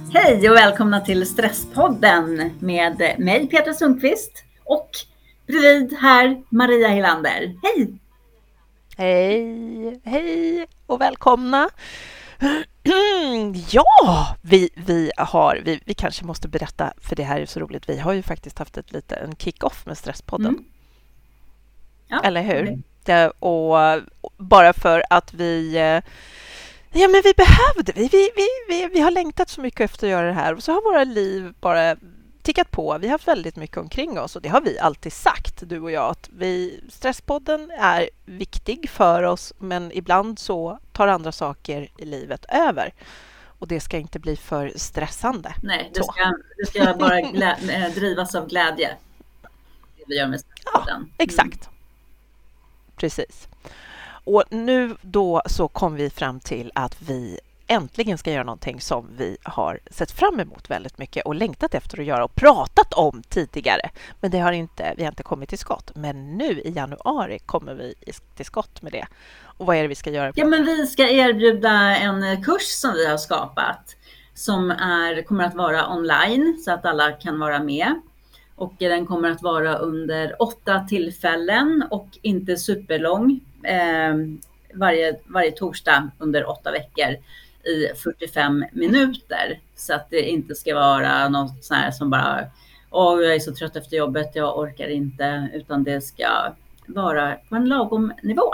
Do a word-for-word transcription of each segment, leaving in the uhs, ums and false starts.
Hej och välkomna till Stresspodden med mig Petra Sundqvist och bredvid här Maria Helander. Hej! Hej, hej och välkomna. Ja, vi, vi har, vi, vi kanske måste berätta, för det här är så roligt. Vi har ju faktiskt haft ett lite, en kick-off med Stresspodden. Mm. Ja, eller hur? okay. Det, och bara för att vi... Ja, men vi behövde, vi, vi, vi, vi, vi har längtat så mycket efter att göra det här. Och så har våra liv bara tickat på. Vi har haft väldigt mycket omkring oss och det har vi alltid sagt, du och jag, att vi, Stresspodden är viktig för oss, men ibland så tar andra saker i livet över. Och det ska inte bli för stressande. Nej, det ska, det ska bara glä- drivas av glädje. Det vi gör med Stresspodden. Ja, exakt. Precis. Och nu då så kom vi fram till att vi äntligen ska göra någonting som vi har sett fram emot väldigt mycket och längtat efter att göra och pratat om tidigare. Men det har inte, vi har inte kommit till skott. Men nu i januari kommer vi till skott med det. Och vad är det vi ska göra? Ja, men vi ska erbjuda en kurs som vi har skapat som är, kommer att vara online så att alla kan vara med. Och den kommer att vara under åtta tillfällen och inte superlång. Eh, varje, varje torsdag under åtta veckor i fyrtiofem minuter. Så att det inte ska vara något sånt här som bara, åh jag är så trött efter jobbet, jag orkar inte. Utan det ska vara på en lagom nivå.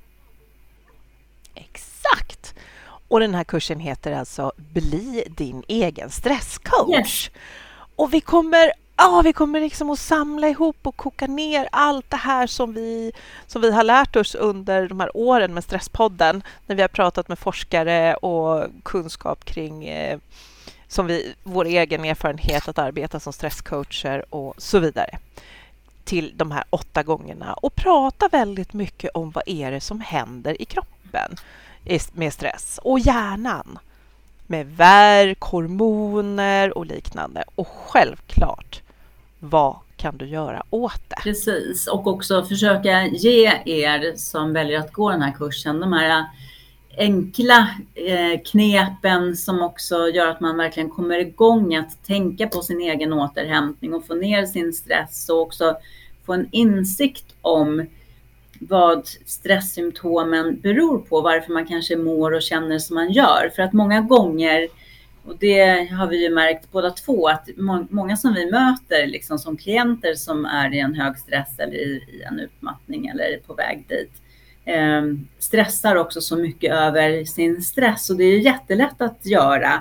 Exakt! Och den här kursen heter alltså Bli din egen stresscoach. Yes. Och vi kommer... Ja, vi kommer liksom att samla ihop och koka ner allt det här som vi, som vi har lärt oss under de här åren med Stresspodden. När vi har pratat med forskare och kunskap kring eh, som vi, vår egen erfarenhet att arbeta som stresscoacher och så vidare. Till de här åtta gångerna. Och prata väldigt mycket om vad är det som händer i kroppen med stress och hjärnan. Med värk, hormoner och liknande. Och självklart, vad kan du göra åt det? Precis, och också försöka ge er som väljer att gå den här kursen de här enkla eh, knepen som också gör att man verkligen kommer igång att tänka på sin egen återhämtning och få ner sin stress och också få en insikt om vad stresssymptomen beror på, varför man kanske mår och känner som man gör. För att många gånger, och det har vi ju märkt båda två, att må- många som vi möter liksom som klienter som är i en hög stress eller i, i en utmattning eller är på väg dit, eh, stressar också så mycket över sin stress. Och det är ju jättelätt att göra.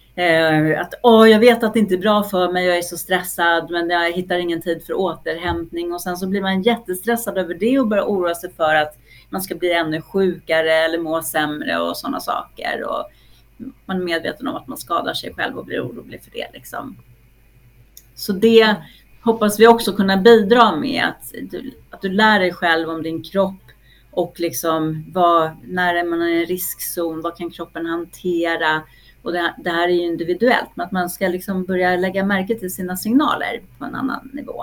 Eh, att åh, jag vet att det inte är bra för mig, jag är så stressad men jag hittar ingen tid för återhämtning. Och sen så blir man jättestressad över det och börjar oroa sig för att man ska bli ännu sjukare eller må sämre och sådana saker. Och man är medveten om att man skadar sig själv och blir orolig för det liksom. Så det hoppas vi också kunna bidra med, att du, att du lär dig själv om din kropp och liksom vad, när är man i en riskzon, vad kan kroppen hantera. Och det, det här är ju individuellt, men att man ska liksom börja lägga märke till sina signaler på en annan nivå.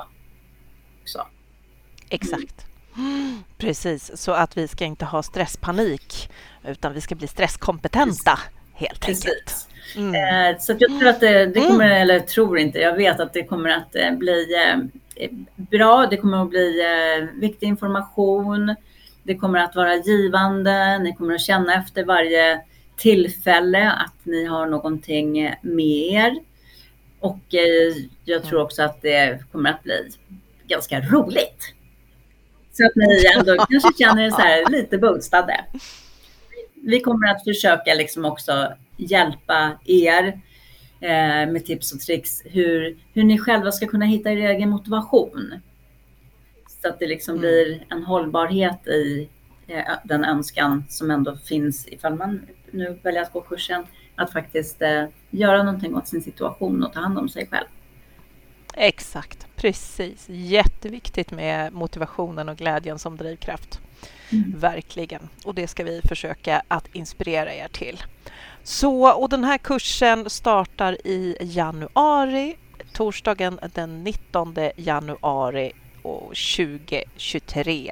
Så. Exakt. Mm. Precis, så att vi ska inte ha stresspanik utan vi ska bli stresskompetenta. Precis. Helt Precis. enkelt. Mm. Eh, så att jag tror att det, det kommer, mm. eller tror inte, jag vet att det kommer att eh, bli eh, bra. Det kommer att bli eh, viktig information. Det kommer att vara givande. Ni kommer att känna efter varje tillfälle att ni har någonting med er. Och eh, jag tror också att det kommer att bli ganska roligt. Så att ni ändå kanske känner er så här lite boostade. Vi kommer att försöka liksom också hjälpa er eh, med tips och tricks hur, hur ni själva ska kunna hitta er egen motivation. Så att det liksom mm. blir en hållbarhet i eh, den önskan som ändå finns ifall man nu väljer att gå kursen. Att faktiskt eh, göra någonting åt sin situation och ta hand om sig själv. Exakt, precis. Jätteviktigt med motivationen och glädjen som drivkraft. Mm. Verkligen. Och det ska vi försöka att inspirera er till. Så, och den här kursen startar i januari, torsdagen den nittonde januari tjugohundratjugotre.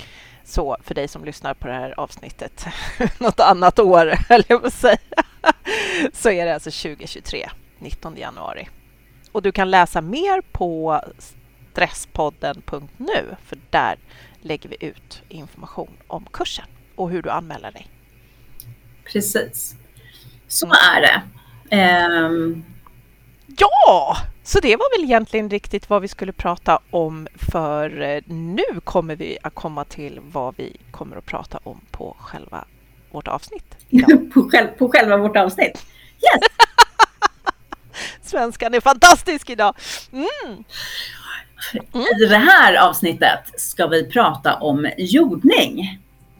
Så för dig som lyssnar på det här avsnittet något annat år, eller jag vill säga. så är det alltså tjugohundratjugotre, nittonde januari. Och du kan läsa mer på stresspodden punkt nu, för där lägger vi ut information om kursen och hur du anmäler dig. Precis. Så Mm. är det. Um... Ja, så det var väl egentligen riktigt vad vi skulle prata om, för nu kommer vi att komma till vad vi kommer att prata om på själva vårt avsnitt idag. på, själv, på själva vårt avsnitt. Yes! Svenskan är fantastisk idag. Mm. Mm. I det här avsnittet ska vi prata om jordning.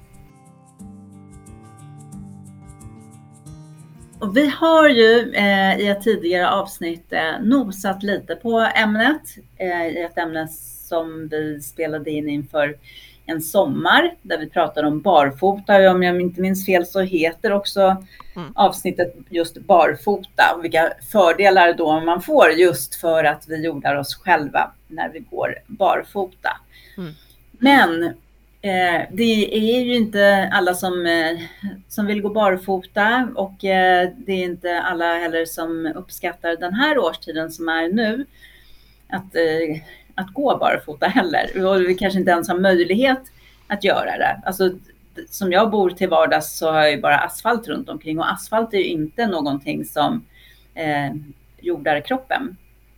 Och vi har ju eh, i ett tidigare avsnitt eh, nosat lite på ämnet. Eh, I ett ämne som vi spelade in inför en sommar. Där vi pratade om barfota. Om jag inte minns fel så heter också mm. avsnittet just barfota. Och vilka fördelar då man får just för att vi jordar oss själva när vi går barfota. Mm. Men... Eh, det är ju inte alla som, eh, som vill gå barfota, och eh, det är inte alla heller som uppskattar den här årstiden som är nu att, eh, att gå barfota heller. Och vi kanske inte ens har möjlighet att göra det. Alltså, som jag bor till vardags så har jag ju bara asfalt runt omkring, och asfalt är ju inte någonting som eh, jordar kroppen.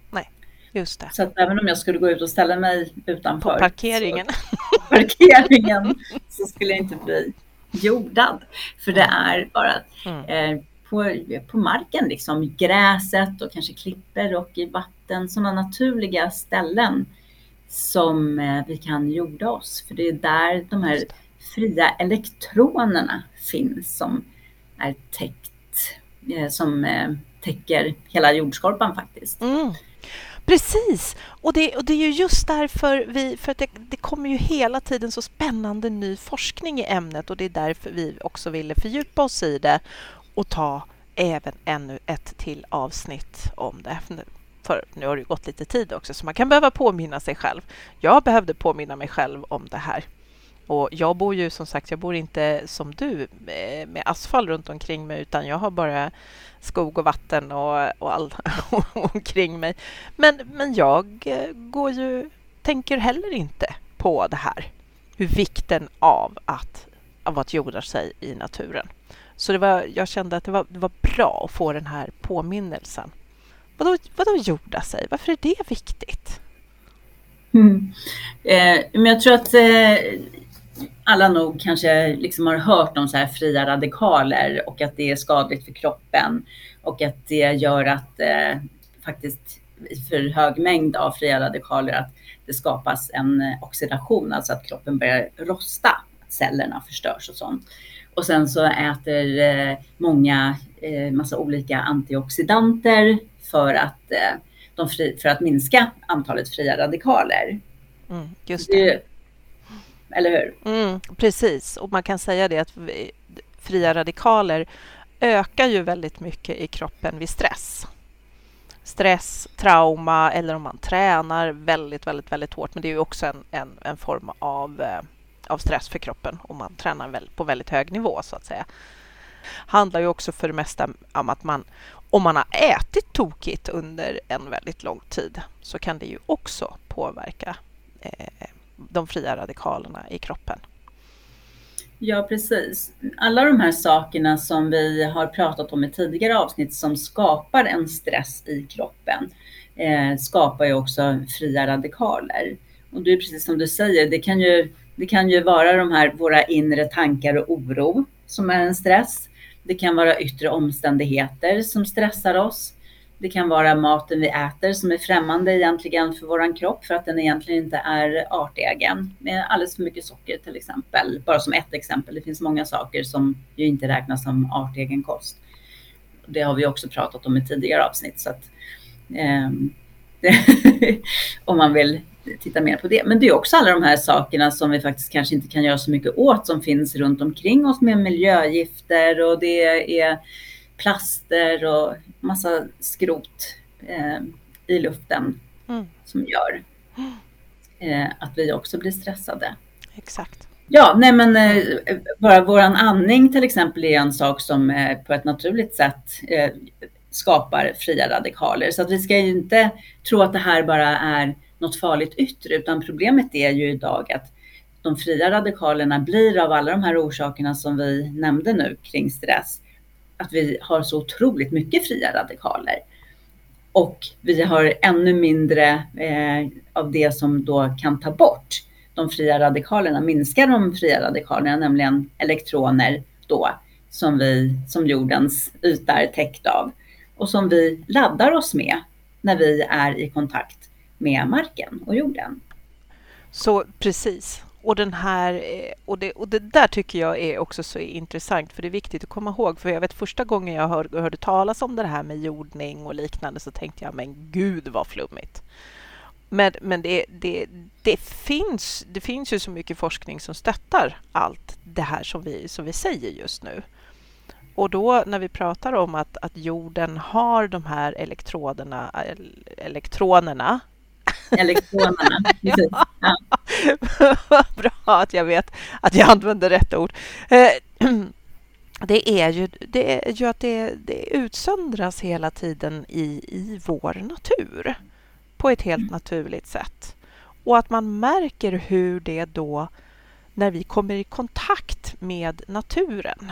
Just det. Så att även om jag skulle gå ut och ställa mig utanför på parkeringen, så, på parkeringen så skulle jag inte bli jordad. För det är bara mm. eh, på, på marken, liksom gräset och kanske klipper och i vatten, sådana naturliga ställen som eh, vi kan jorda oss. För det är där de här fria elektronerna finns som är täckt, eh, som eh, täcker hela jordskorpan faktiskt. Mm. Precis, och det, och det är ju just därför vi, för att det, det kommer ju hela tiden så spännande ny forskning i ämnet, och det är därför vi också ville fördjupa oss i det och ta även ännu ett till avsnitt om det. För nu har det gått lite tid också, så man kan behöva påminna sig själv. Jag behövde påminna mig själv om det här. Och jag bor ju som sagt, jag bor inte som du med, med asfalt runt omkring mig, utan jag har bara skog och vatten och, och allt omkring mig. Men, men jag går ju, tänker heller inte på det här. Hur vikten av att, av att jorda sig i naturen. Så det var, jag kände att det var, det var bra att få den här påminnelsen. Vadå, vadå jorda sig? Varför är det viktigt? Mm. Eh, men jag tror att eh, alla nog kanske liksom har hört om så här fria radikaler och att det är skadligt för kroppen, och att det gör att eh, faktiskt för hög mängd av fria radikaler att det skapas en oxidation, alltså att kroppen börjar rosta, att cellerna förstörs och sånt. Och sen så äter eh, många eh, massa olika antioxidanter för att, eh, de fri, för att minska antalet fria radikaler. Mm, just det. det. Eller hur? Mm, precis, och man kan säga det att fria radikaler ökar ju väldigt mycket i kroppen vid stress. Stress, trauma, eller om man tränar väldigt, väldigt, väldigt hårt. Men det är ju också en, en, en form av, eh, av stress för kroppen om man tränar väl, på väldigt hög nivå så att säga. Handlar ju också för det mesta om att man, om man har ätit tokigt under en väldigt lång tid, så kan det ju också påverka eh, de fria radikalerna i kroppen. Ja, precis. Alla de här sakerna som vi har pratat om i tidigare avsnitt som skapar en stress i kroppen eh, skapar ju också fria radikaler. Och det är precis som du säger, det kan ju, det kan ju vara de här våra inre tankar och oro som är en stress. Det kan vara yttre omständigheter som stressar oss. Det kan vara maten vi äter som är främmande egentligen för våran kropp, för att den egentligen inte är artegen. Med alldeles för mycket socker till exempel. Bara som ett exempel. Det finns många saker som ju inte räknas som artegen kost. Det har vi också pratat om i tidigare avsnitt. Så att, eh, om man vill titta mer på det. Men det är också alla de här sakerna som vi faktiskt kanske inte kan göra så mycket åt, som finns runt omkring oss med miljögifter, och det är plaster och massa skrot eh, i luften mm. som gör eh, att vi också blir stressade. Exakt. Ja, nej men eh, bara våran andning till exempel är en sak som eh, på ett naturligt sätt eh, skapar fria radikaler. Så att vi ska ju inte tro att det här bara är något farligt yttre, utan problemet är ju idag att de fria radikalerna blir av alla de här orsakerna som vi nämnde nu kring stress, att vi har så otroligt mycket fria radikaler. Och vi har ännu mindre eh, av det som då kan ta bort de fria radikalerna, minskar de fria radikalerna, nämligen elektroner då, som, vi, som jordens yta är täckt av. Och som vi laddar oss med när vi är i kontakt med marken och jorden. Så precis. Och, den här, och, det, och det där tycker jag är också så intressant, för det är viktigt att komma ihåg. För jag vet första gången jag hör, hörde talas om det här med jordning och liknande, så tänkte jag, men gud vad flummigt. Men, men det, det, det, finns, det finns ju så mycket forskning som stöttar allt det här som vi, som vi säger just nu. Och då när vi pratar om att, att jorden har de här elektroderna, elektronerna, elektronerna. Ja. Ja. Bra att jag vet att jag använder rätt ord. Det är ju, det är ju att det, det utsöndras hela tiden i, i vår natur på ett helt naturligt sätt. Och att man märker hur det då, när vi kommer i kontakt med naturen,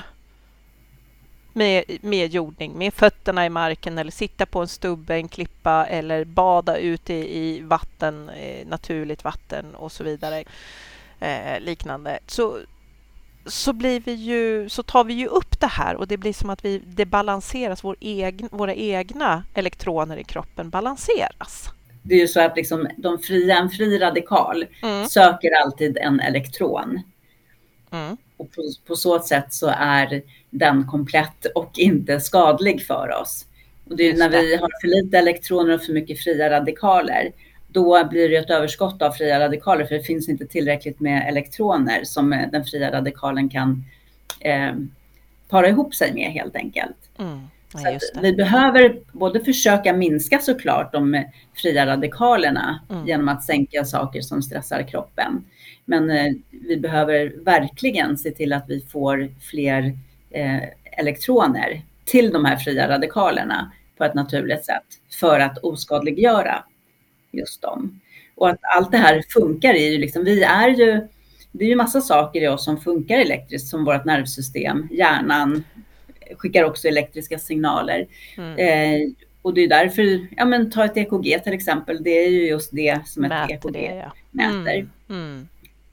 Med, med jordning, med fötterna i marken eller sitta på en stubbe, en klippa eller bada ute i, i vatten, eh, naturligt vatten och så vidare, eh, liknande, så, så, blir vi ju, så tar vi ju upp det här och det blir som att vi, det balanseras, vår egen, våra egna elektroner i kroppen balanseras. Det är ju så att liksom de fria, en fri radikal mm. söker alltid en elektron. Mm. Och på, på så sätt så är den komplett och inte skadlig för oss. Och det är när vi har för lite elektroner och för mycket fria radikaler, då blir det ett överskott av fria radikaler, för det finns inte tillräckligt med elektroner som den fria radikalen kan eh, para ihop sig med helt enkelt. Mm. Ja, så att vi behöver både försöka minska såklart de fria radikalerna mm. genom att sänka saker som stressar kroppen. Men eh, vi behöver verkligen se till att vi får fler eh, elektroner till de här fria radikalerna på ett naturligt sätt för att oskadliggöra just dem. Och att allt det här funkar i, liksom, vi är ju, det är ju massa saker i oss som funkar elektriskt, som vårt nervsystem, hjärnan skickar också elektriska signaler. Mm. Eh, och det är därför, ja men ta ett E K G till exempel, det är ju just det som ett mäter E K G det, ja. mäter. Mm. Mm.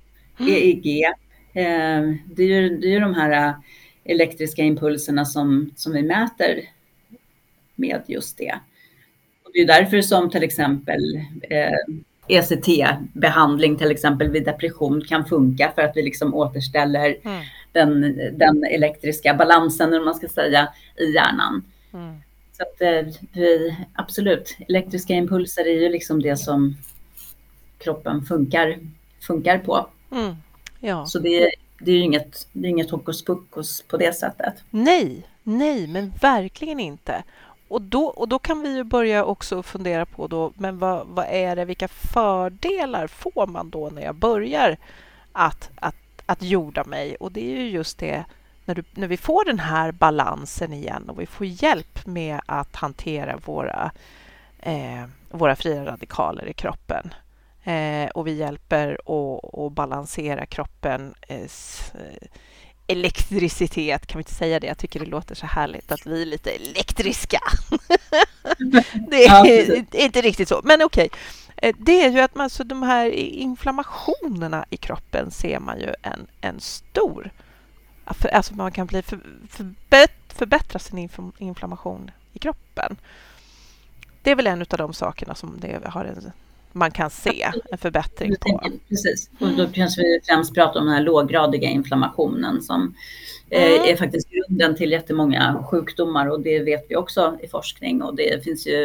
E E G, eh, det, är ju, det är ju de här elektriska impulserna som, som vi mäter med just det. Och det är därför som till exempel eh, E C T-behandling till exempel vid depression kan funka, för att vi liksom återställer mm. den, den elektriska balansen, om man ska säga, i hjärnan. Mm. Så att eh, vi, absolut, elektriska impulser är ju liksom det som kroppen funkar, funkar på. Mm. Ja. Så det, det är ju inget, det är inget hokus pokus på det sättet. Nej, nej, men verkligen inte. Och då, och då kan vi ju börja också fundera på då, men vad, vad är det, vilka fördelar får man då när jag börjar att, att, att jorda mig? Och det är ju just det, när, du, när vi får den här balansen igen och vi får hjälp med att hantera våra, eh, våra fria radikaler i kroppen. Eh, och vi hjälper att, att balansera kroppen, eh, elektricitet, kan vi inte säga det? Jag tycker det låter så härligt att vi är lite elektriska. Det är ja, inte riktigt så, men okej. Det är ju att man, så de här inflammationerna i kroppen ser man ju en, en stor, alltså man kan bli för, förbätt, förbättra sin inflammation i kroppen. Det är väl en av de sakerna som det har en, man kan se en förbättring på. Precis, och då kanske vi främst pratar om den här låggradiga inflammationen som mm. är faktiskt grunden till jättemånga sjukdomar, och det vet vi också i forskning, och det finns ju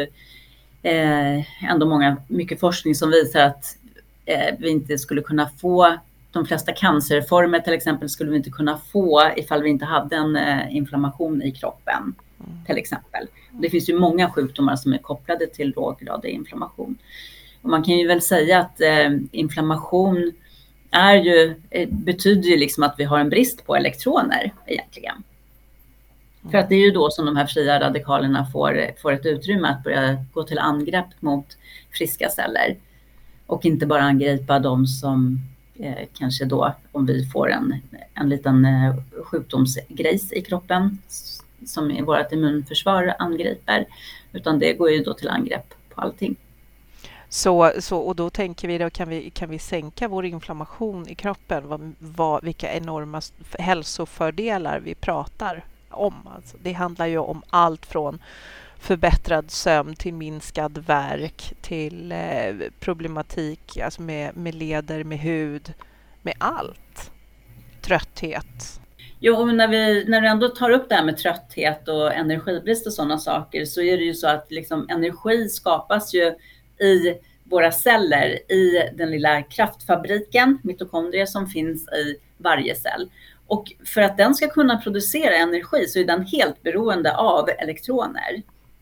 eh, ändå många, mycket forskning som visar att eh, vi inte skulle kunna få de flesta cancerformer till exempel skulle vi inte kunna få ifall vi inte hade en eh, inflammation i kroppen mm. till exempel. Det finns ju många sjukdomar som är kopplade till låggradig inflammation. Och man kan ju väl säga att eh, inflammation är ju, betyder ju liksom att vi har en brist på elektroner egentligen. Mm. För att det är ju då som de här fria radikalerna får, får ett utrymme att börja gå till angrepp mot friska celler. Och inte bara angripa de som eh, kanske då, om vi får en, en liten eh, sjukdomsgrejs i kroppen som vårt immunförsvar angriper. Utan det går ju då till angrepp på allting. Så, så, och då tänker vi då, kan vi, kan vi sänka vår inflammation i kroppen? Vad, vad, vilka enorma hälsofördelar vi pratar om. Alltså, det handlar ju om allt från förbättrad sömn till minskad värk till eh, problematik alltså med, med leder, med hud, med allt. Trötthet. Jo, när vi när du ändå tar upp det här med trötthet och energibrist och sådana saker, så är det ju så att liksom, energi skapas ju i våra celler, i den lilla kraftfabriken, mitokondrier, som finns i varje cell. Och för att den ska kunna producera energi så är den helt beroende av elektroner.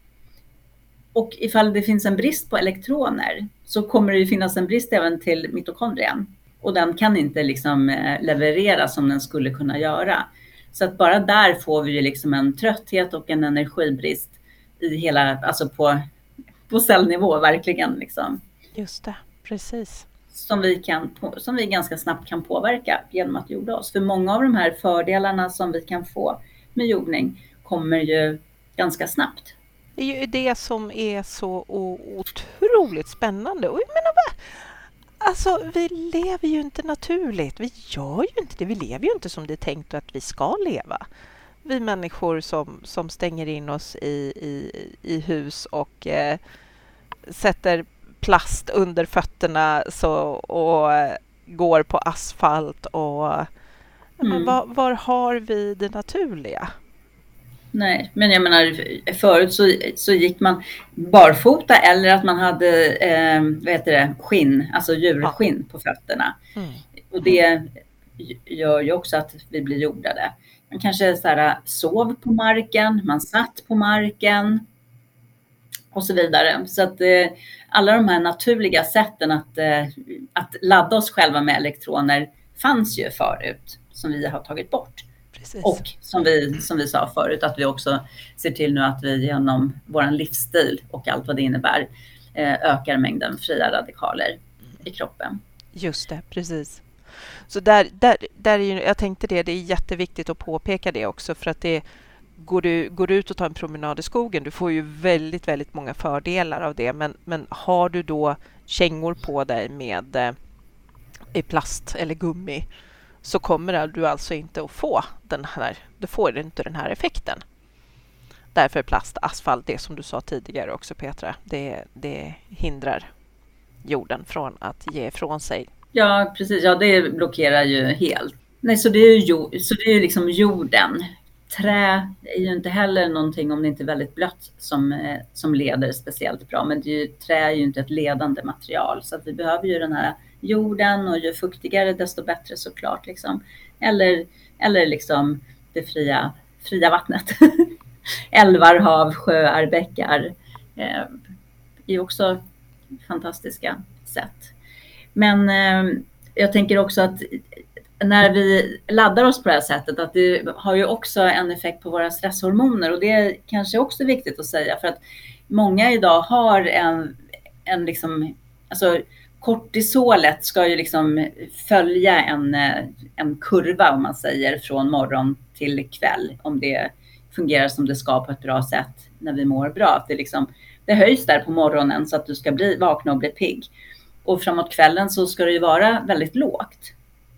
Och ifall det finns en brist på elektroner så kommer det ju finnas en brist även till mitokondrien. Och den kan inte liksom leverera som den skulle kunna göra. Så att bara där får vi ju liksom en trötthet och en energibrist i hela, alltså på, på cellnivå verkligen liksom. Just det, precis. Som vi, kan, som vi ganska snabbt kan påverka genom att jorda oss. För många av de här fördelarna som vi kan få med jordning kommer ju ganska snabbt. Det är ju det som är så otroligt spännande. Och jag menar bara, alltså vi lever ju inte naturligt. Vi gör ju inte det. Vi lever ju inte som det är tänkt att vi ska leva. Vi människor som, som stänger in oss i, i, i hus och eh, sätter plast under fötterna så, och går på asfalt. Och, mm. men var, var har vi det naturliga? Nej, men jag menar förut så, så gick man barfota eller att man hade eh, vad heter det, skinn, alltså djurskinn på fötterna. Mm. Och det gör ju också att vi blir jordade. Man kanske så här, sov på marken, man satt på marken och så vidare. Så att eh, alla de här naturliga sätten att, eh, att ladda oss själva med elektroner fanns ju förut som vi har tagit bort. Precis. Och som vi, som vi sa förut, att vi också ser till nu att vi genom vår livsstil och allt vad det innebär eh, ökar mängden fria radikaler i kroppen. Just det, precis. Så där, där, där är ju, jag tänkte det, det är jätteviktigt att påpeka det också, för att det går du, går du ut och tar en promenad i skogen, du får ju väldigt, väldigt många fördelar av det, men, men har du då kängor på dig med eh, plast eller gummi, så kommer du alltså inte att få den här, du får inte den här effekten. Därför är plast, asfalt, det som du sa tidigare också Petra, det, det hindrar jorden från att ge ifrån sig. Ja, precis. Ja, det blockerar ju helt. Nej, så det är ju, jord, så det är ju liksom jorden. Trä är ju inte heller någonting, om det inte är väldigt blött, som, som leder speciellt bra. Men det är ju, trä är ju inte ett ledande material, så att vi behöver ju den här jorden, och ju fuktigare desto bättre såklart liksom. Eller, eller liksom det fria, fria vattnet. Älvar, hav, sjöar, bäckar eh, är också fantastiska sätt. Men eh, jag tänker också att när vi laddar oss på det här sättet, att det har ju också en effekt på våra stresshormoner, och det är kanske också viktigt att säga, för att många idag har en, en liksom, alltså kortisolet ska ju liksom följa en, en kurva, om man säger, från morgon till kväll, om det fungerar som det ska på ett bra sätt när vi mår bra. Att det, liksom, det höjs där på morgonen så att du ska bli, vakna och bli pigg. Och framåt kvällen så ska det ju vara väldigt lågt.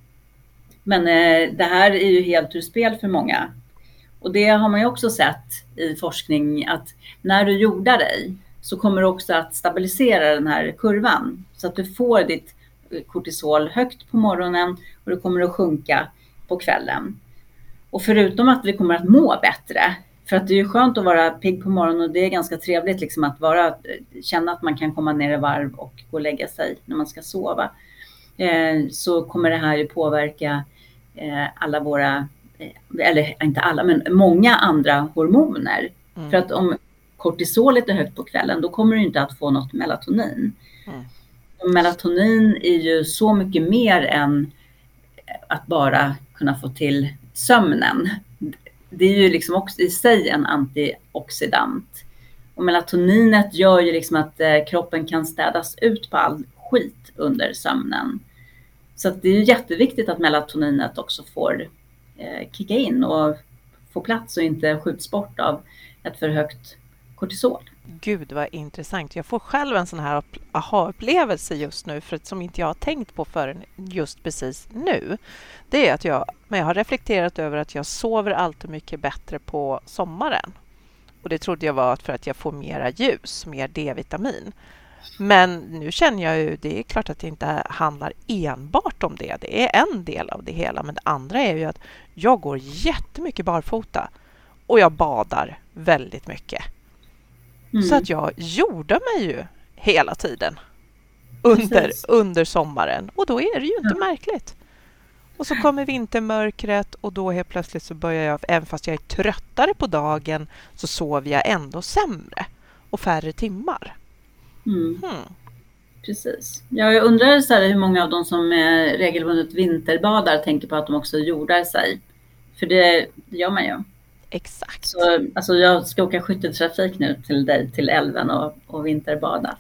Men eh, det här är ju helt ur spel för många. Och det har man ju också sett i forskning, att när du jordar dig så kommer du också att stabilisera den här kurvan. Så att du får ditt kortisol högt på morgonen och det kommer att sjunka på kvällen. Och förutom att vi kommer att må bättre, för att det är ju skönt att vara pigg på morgonen, och det är ganska trevligt liksom att vara, känna att man kan komma ner i varv och gå och lägga sig när man ska sova. Eh, så kommer det här ju påverka eh, alla våra, eh, eller inte alla, men många andra hormoner. Mm. För att om kortisolet är högt på kvällen, då kommer du inte att få något melatonin. Mm. Och melatonin är ju så mycket mer än att bara kunna få till sömnen. Det är ju liksom också i sig en antioxidant. Och melatoninet gör ju liksom att kroppen kan städas ut på all skit under sömnen. Så att det är ju jätteviktigt att melatoninet också får eh, kicka in och få plats och inte skjuts bort av ett för högt kortisol. Gud vad intressant. Jag får själv en sån här aha-upplevelse just nu, för att som inte jag har tänkt på förrän just precis nu. Det är att jag, men jag har reflekterat över att jag sover alltid mycket bättre på sommaren. Och det trodde jag var för att jag får mera ljus, mer D-vitamin. Men nu känner jag ju, det är klart att det inte handlar enbart om det. Det är en del av det hela. Men det andra är ju att jag går jättemycket barfota. Och jag badar väldigt mycket. Mm. Så att jag gjorde mig ju hela tiden. Under, under sommaren. Och då är det ju inte ja. märkligt. Och så kommer vintermörkret och då helt plötsligt så börjar jag, även fast jag är tröttare på dagen, så sover jag ändå sämre. Och färre timmar. Mm. Hmm. Precis. Jag undrar så här, hur många av de som är regelbundet vinterbadar tänker på att de också jordar sig. För det, det gör man ju. Exakt. Så, alltså jag ska åka skytteltrafik nu till dig, till älven och, och vinterbada.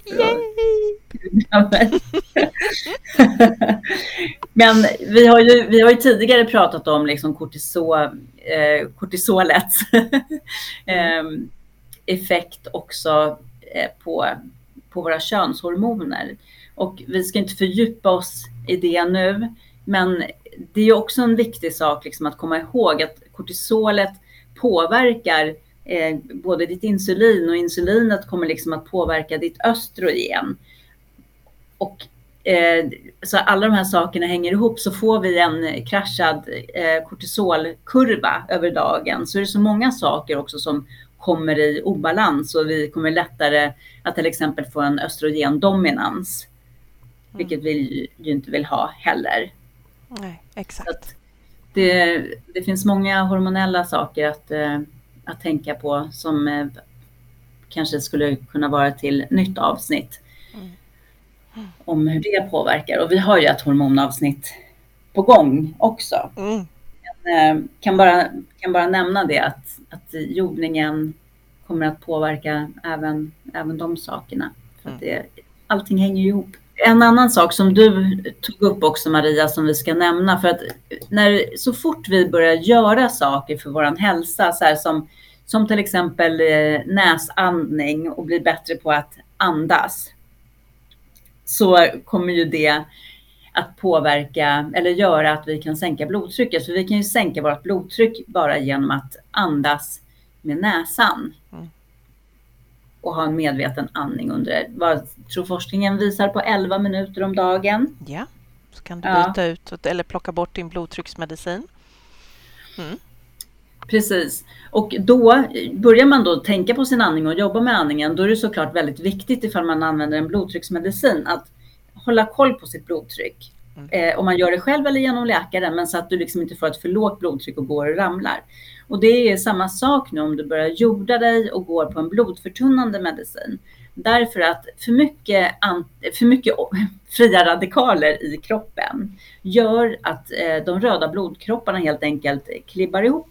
Men vi har, ju, vi har ju tidigare pratat om liksom kortisol, eh, kortisolets eh, effekt också eh, på på våra könshormoner. Och vi ska inte fördjupa oss i det nu, men det är också en viktig sak liksom att komma ihåg att kortisolet påverkar eh, både ditt insulin, och insulinet kommer liksom att påverka ditt östrogen. Och eh, så alla de här sakerna hänger ihop, så får vi en kraschad eh, kortisolkurva över dagen. Så är det så många saker också som kommer i obalans, och vi kommer lättare att till exempel få en östrogendominans. Mm. Vilket vi ju inte vill ha heller. Nej, exakt. Så att det, det finns många hormonella saker att, att tänka på som kanske skulle kunna vara till nytt avsnitt. Mm. Mm. Om hur det påverkar. Och vi har ju ett hormonavsnitt på gång också. Mm. Kan bara, kan bara nämna det att, att jordningen kommer att påverka även, även de sakerna. För att det, allting hänger ju ihop. En annan sak som du tog upp också, Maria, som vi ska nämna. För att när, så fort vi börjar göra saker för vår hälsa, så här som, som till exempel näsandning och bli bättre på att andas, så kommer ju det att påverka eller göra att vi kan sänka blodtrycket. Så vi kan ju sänka vårt blodtryck bara genom att andas med näsan. Mm. Och ha en medveten andning under, vad tror forskningen visar, på elva minuter om dagen. Ja, så kan du byta ja. ut eller plocka bort din blodtrycksmedicin. Mm. Precis. Och då börjar man då tänka på sin andning och jobba med andningen. Då är det såklart väldigt viktigt, ifall man använder en blodtrycksmedicin, att hålla koll på sitt blodtryck. Mm. Eh, om man gör det själv eller genom läkaren, men så att du liksom inte får ett för lågt blodtryck och går och ramlar. Och det är samma sak nu om du börjar jorda dig och går på en blodförtunnande medicin. Därför att för mycket, för mycket fria radikaler i kroppen gör att eh, de röda blodkropparna helt enkelt klibbar ihop.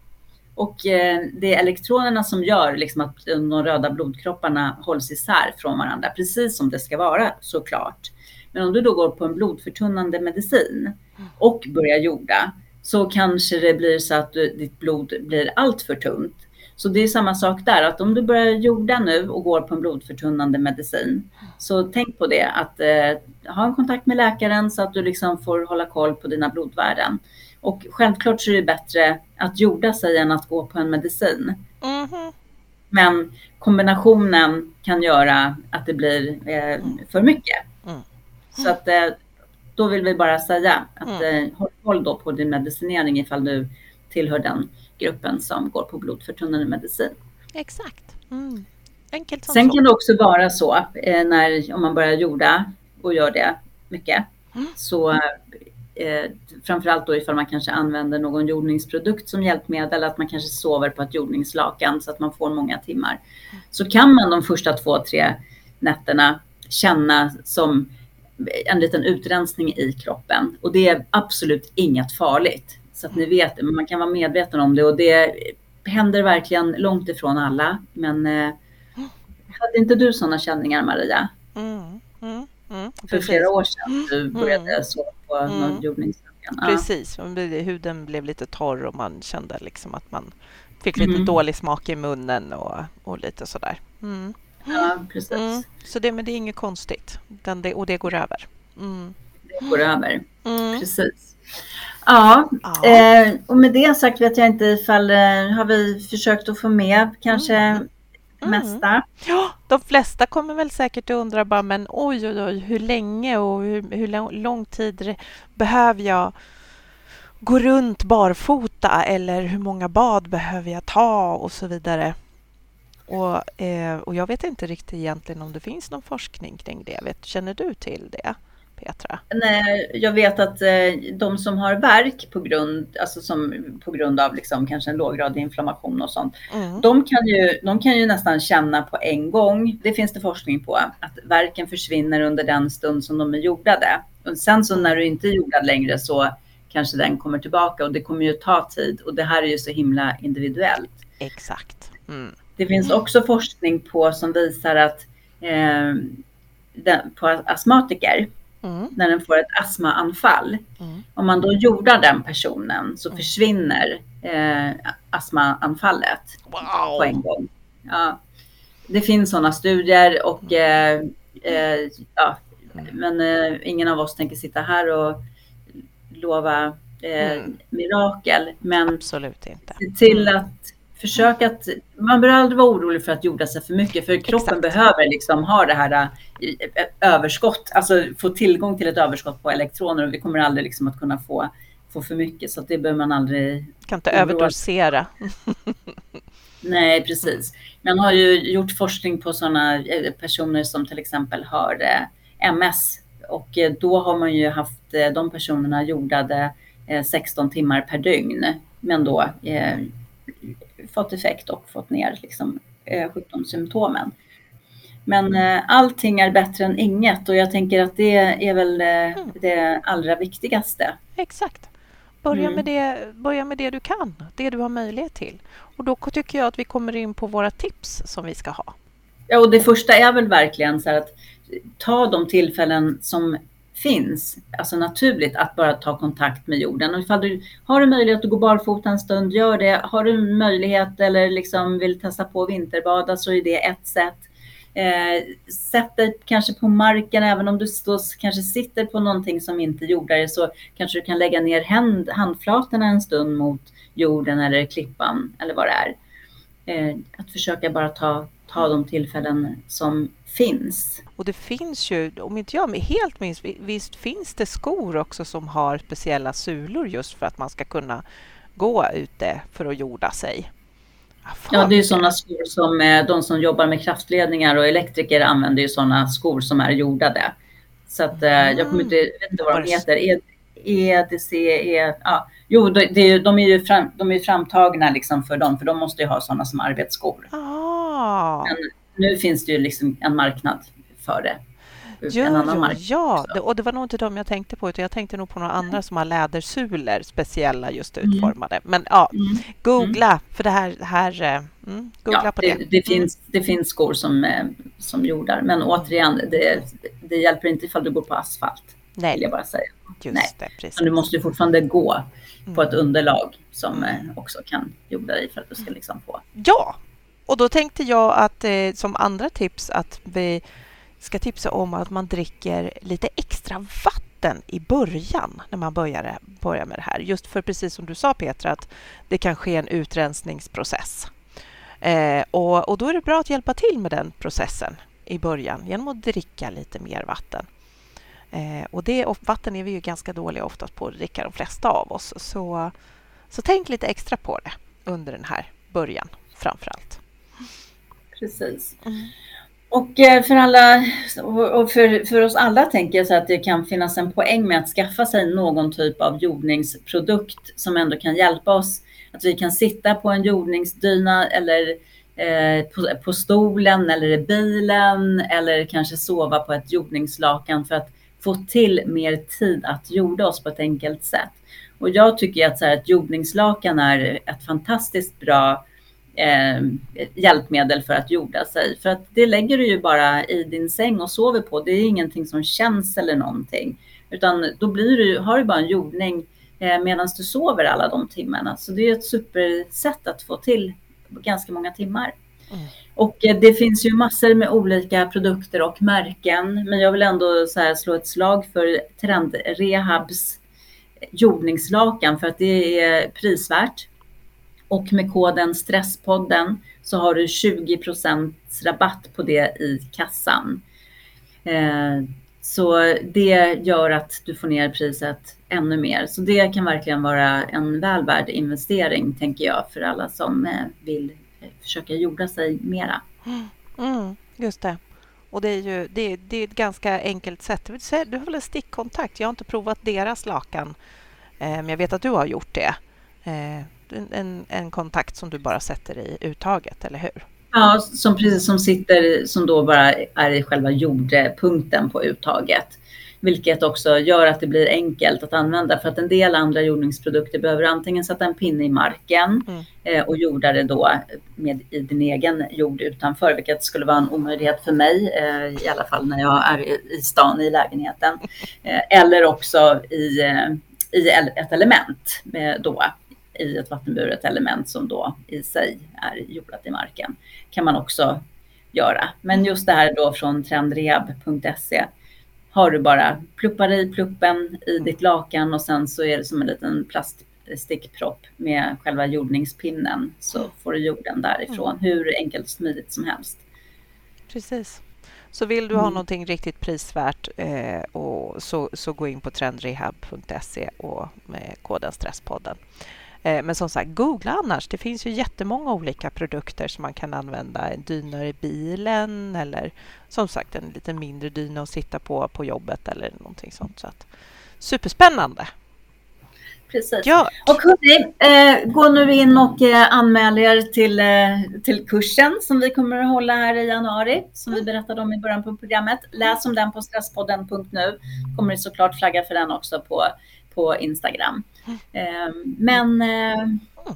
Och eh, det är elektronerna som gör liksom att de röda blodkropparna hålls isär från varandra, precis som det ska vara såklart. Men om du då går på en blodförtunnande medicin och börjar jorda, så kanske det blir så att du, ditt blod blir allt för tunt. Så det är samma sak där, att om du börjar jorda nu och går på en blodförtunnande medicin, så tänk på det, att eh, ha en kontakt med läkaren så att du liksom får hålla koll på dina blodvärden. Och självklart så är det bättre att jorda sig än att gå på en medicin. Mm-hmm. Men kombinationen kan göra att det blir eh, för mycket. Mm. Så att eh, då vill vi bara säga att mm. eh, håll koll då på din medicinering ifall du tillhör den gruppen som går på blodförtunnande medicin. Exakt. Mm. Enkelt som Sen så. kan det också vara så, eh, när, om man börjar jorda och gör det mycket, mm. så eh, framförallt då ifall man kanske använder någon jordningsprodukt som hjälpmedel, att man kanske sover på ett jordningslakan så att man får många timmar. Mm. Så kan man de första två, tre nätterna känna som en liten utrensning i kroppen. Och det är absolut inget farligt. Så att ni vet det, men man kan vara medveten om det. Och det händer verkligen långt ifrån alla. Men eh, hade inte du sådana känningar, Maria? Mm, mm, mm, För precis. flera år sedan du började Mm. sova på Mm. någon jordningsröntgen. Ja. Precis, huden blev lite torr och man kände liksom att man fick lite Mm. dålig smak i munnen och, och lite sådär. Mm. Ja, precis. Mm. Så det, men det är inget konstigt. Den, det, och det går över. Mm. Det går över. Mm. Precis. Ja, Ja. eh, och med det sagt vet jag inte ifall eh, har vi försökt att få med kanske Mm. mesta. Ja, de flesta kommer väl säkert att undra bara, men oj, oj, oj, hur länge och hur, hur lång, lång tid re- behöver jag gå runt barfota eller hur många bad behöver jag ta och så vidare. Och, eh, och jag vet inte riktigt egentligen om det finns någon forskning kring det. Vet, känner du till det, Petra? Nej, jag vet att eh, de som har värk på grund, alltså som, på grund av liksom, kanske en låggradig inflammation och sånt. Mm. De kan, ju, de kan ju nästan känna på en gång, det finns det forskning på, att värken försvinner under den stund som de är jordade. Och sen så när du inte är jordad längre så kanske den kommer tillbaka och det kommer ju ta tid. Och det här är ju så himla individuellt. Exakt. Mm. Det finns också forskning på som visar att eh, den, på astmatiker, Mm. när den får ett astmaanfall, Mm. om man då jordar den personen så Mm. försvinner eh, astmaanfallet Wow. på en gång. Ja. Det finns sådana studier och eh, eh, ja, men eh, ingen av oss tänker sitta här och lova eh, Mm. mirakel, men Absolut inte. se till att försöka att, man bör aldrig vara orolig för att jorda sig för mycket, för kroppen Exakt. behöver liksom ha det här äh, överskott, alltså få tillgång till ett överskott på elektroner och vi kommer aldrig liksom att kunna få, få för mycket, så att det behöver man aldrig. Kan inte överdosera. Nej, precis. Man har ju gjort forskning på sådana personer som till exempel har eh, M S och eh, då har man ju haft eh, de personerna jordade eh, sexton timmar per dygn, men då eh, fått effekt och fått ner liksom, eh, sjukdomssymptomen. Men eh, allting är bättre än inget och jag tänker att det är väl eh, Mm. det allra viktigaste. Exakt. Börja, Mm. med det, börja med det du kan, det du har möjlighet till. Och då tycker jag att vi kommer in på våra tips som vi ska ha. Ja, och det första är väl verkligen så här att ta de tillfällen som finns, alltså naturligt att bara ta kontakt med jorden. Och ifall du har du möjlighet att gå barfota en stund, gör det. Har du möjlighet eller liksom vill testa på vinterbada så är det ett sätt. Eh, sätt dig kanske på marken, även om du stå, kanske sitter på någonting som inte jordar det, så kanske du kan lägga ner hand, handflatorna en stund mot jorden eller klippan eller vad det är. Eh, att försöka bara ta, ta de tillfällen som finns. Och det finns ju, om inte jag helt minns, visst finns det skor också som har speciella sulor just för att man ska kunna gå ute för att jorda sig. Ja, det är ju sådana skor som eh, de som jobbar med kraftledningar och elektriker använder ju sådana skor som är jordade. Så att eh, jag kommer inte, vet inte vad de heter. E, EDC, E, ja. Jo, det, det är ju, de är ju fram, de är framtagna liksom för dem, för de måste ju ha sådana som arbetsskor. Ah. Men nu finns det ju liksom en marknad för det. Jo, en annan jo, marknad ja, det, och det var nog inte de jag tänkte på, utan jag tänkte nog på några andra som har lädersulor, speciella just Mm. utformade. Men ja, Mm. googla, för det här, här mm, googla Ja, på det, det. det, finns, det finns skor som, eh, som jordar, men återigen, det, det hjälper inte ifall du går på asfalt. Nej, Vill jag bara säga. just Nej. det, precis. Men du måste ju fortfarande gå på ett Mm. underlag som eh, också kan jorda dig för att du ska liksom få. Ja, och då tänkte jag att eh, som andra tips att vi ska tipsa om att man dricker lite extra vatten i början när man börjar, börjar med det här. Just för precis som du sa, Petra, att det kan ske en utrensningsprocess. Eh, och, och då är det bra att hjälpa till med den processen i början genom att dricka lite mer vatten. Eh, och det, och vatten är vi ju ganska dåliga oftast på att dricka, de flesta av oss. Så, så tänk lite extra på det under den här början framför allt. Precis. Mm. Och eh, för alla och för, för oss alla tänker jag så att det kan finnas en poäng med att skaffa sig någon typ av jordningsprodukt som ändå kan hjälpa oss. Att vi kan sitta på en jordningsdyna eller eh, på, på stolen eller i bilen eller kanske sova på ett jordningslakan för att få till mer tid att jorda oss på ett enkelt sätt. Och jag tycker att så här, ett jordningslakan är ett fantastiskt bra eh, hjälpmedel för att jorda sig. För att det lägger du ju bara i din säng och sover på. Det är ingenting som känns eller någonting. Utan då blir du, har du bara en jordning eh, medan du sover alla de timmarna. Så det är ett supersätt att få till ganska många timmar. Mm. Och eh, det finns ju massor med olika produkter och märken. Men jag vill ändå så här, slå ett slag för Trendrehabs jordningslakan för att det är prisvärt. Och med koden Stresspodden så har du tjugo procent rabatt på det i kassan. Eh, så det gör att du får ner priset ännu mer. Så det kan verkligen vara en välvärd investering, tänker jag, för alla som eh, vill försöka jorda sig mera. Mm, just det. Och det är ju det, det är ett ganska enkelt sätt. Du har väl en stickkontakt? Jag har inte provat deras lakan. Eh, men jag vet att du har gjort det. Eh, en, en kontakt som du bara sätter i uttaget, eller hur? Ja, som precis som sitter, som då bara är i själva jordpunkten på uttaget. Vilket också gör att det blir enkelt att använda. För att en del andra jordningsprodukter behöver antingen sätta en pinne i marken mm. eh, och jorda det då med, i din egen jord utanför. Vilket skulle vara en omöjlighet för mig, eh, i alla fall när jag är i, i stan i lägenheten. Eh, eller också i, eh, i ett element eh, då. I ett vattenburet element som då i sig är jordat i marken. Kan man också göra. Men just det här då från trendrehab punkt se har du bara pluppar i pluppen i ditt lakan och sen så är det som en liten plaststickpropp med själva jordningspinnen. Så får du jorden därifrån. Hur enkelt och smidigt som helst. Precis. Så vill du ha mm. någonting riktigt prisvärt eh, och så, så gå in på trendrehab punkt se och med koden Stresspodden. Men som sagt, googla annars. Det finns ju jättemånga olika produkter som man kan använda. En dyna i bilen eller som sagt en lite mindre dyna att sitta på på jobbet eller någonting sånt. Så att, superspännande. Precis. Ja. Och hörni, eh, gå nu in och eh, anmäl er till, eh, till kursen som vi kommer att hålla här i januari. Som mm. vi berättade om i början på programmet. Läs om den på stresspodden punkt nu. Kommer det såklart flagga för den också på på Instagram. Mm. Men eh,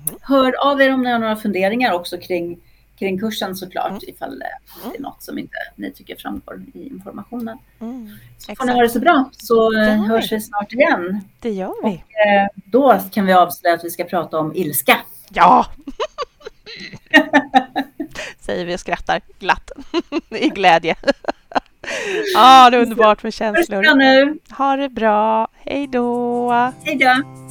hör av er om ni har några funderingar också kring, kring kursen såklart. Mm. Ifall det är något som inte ni tycker framgår i informationen. Mm. Så får ni ha det så bra. Så hörs vi snart igen. Det gör vi. Och, eh, då kan vi avslöja att vi ska prata om ilska. Ja! Säger vi och skrattar glatt. I glädje. Ja, ah, det är underbart med känslor. Nu. Ha det bra. Hej då. Hej då.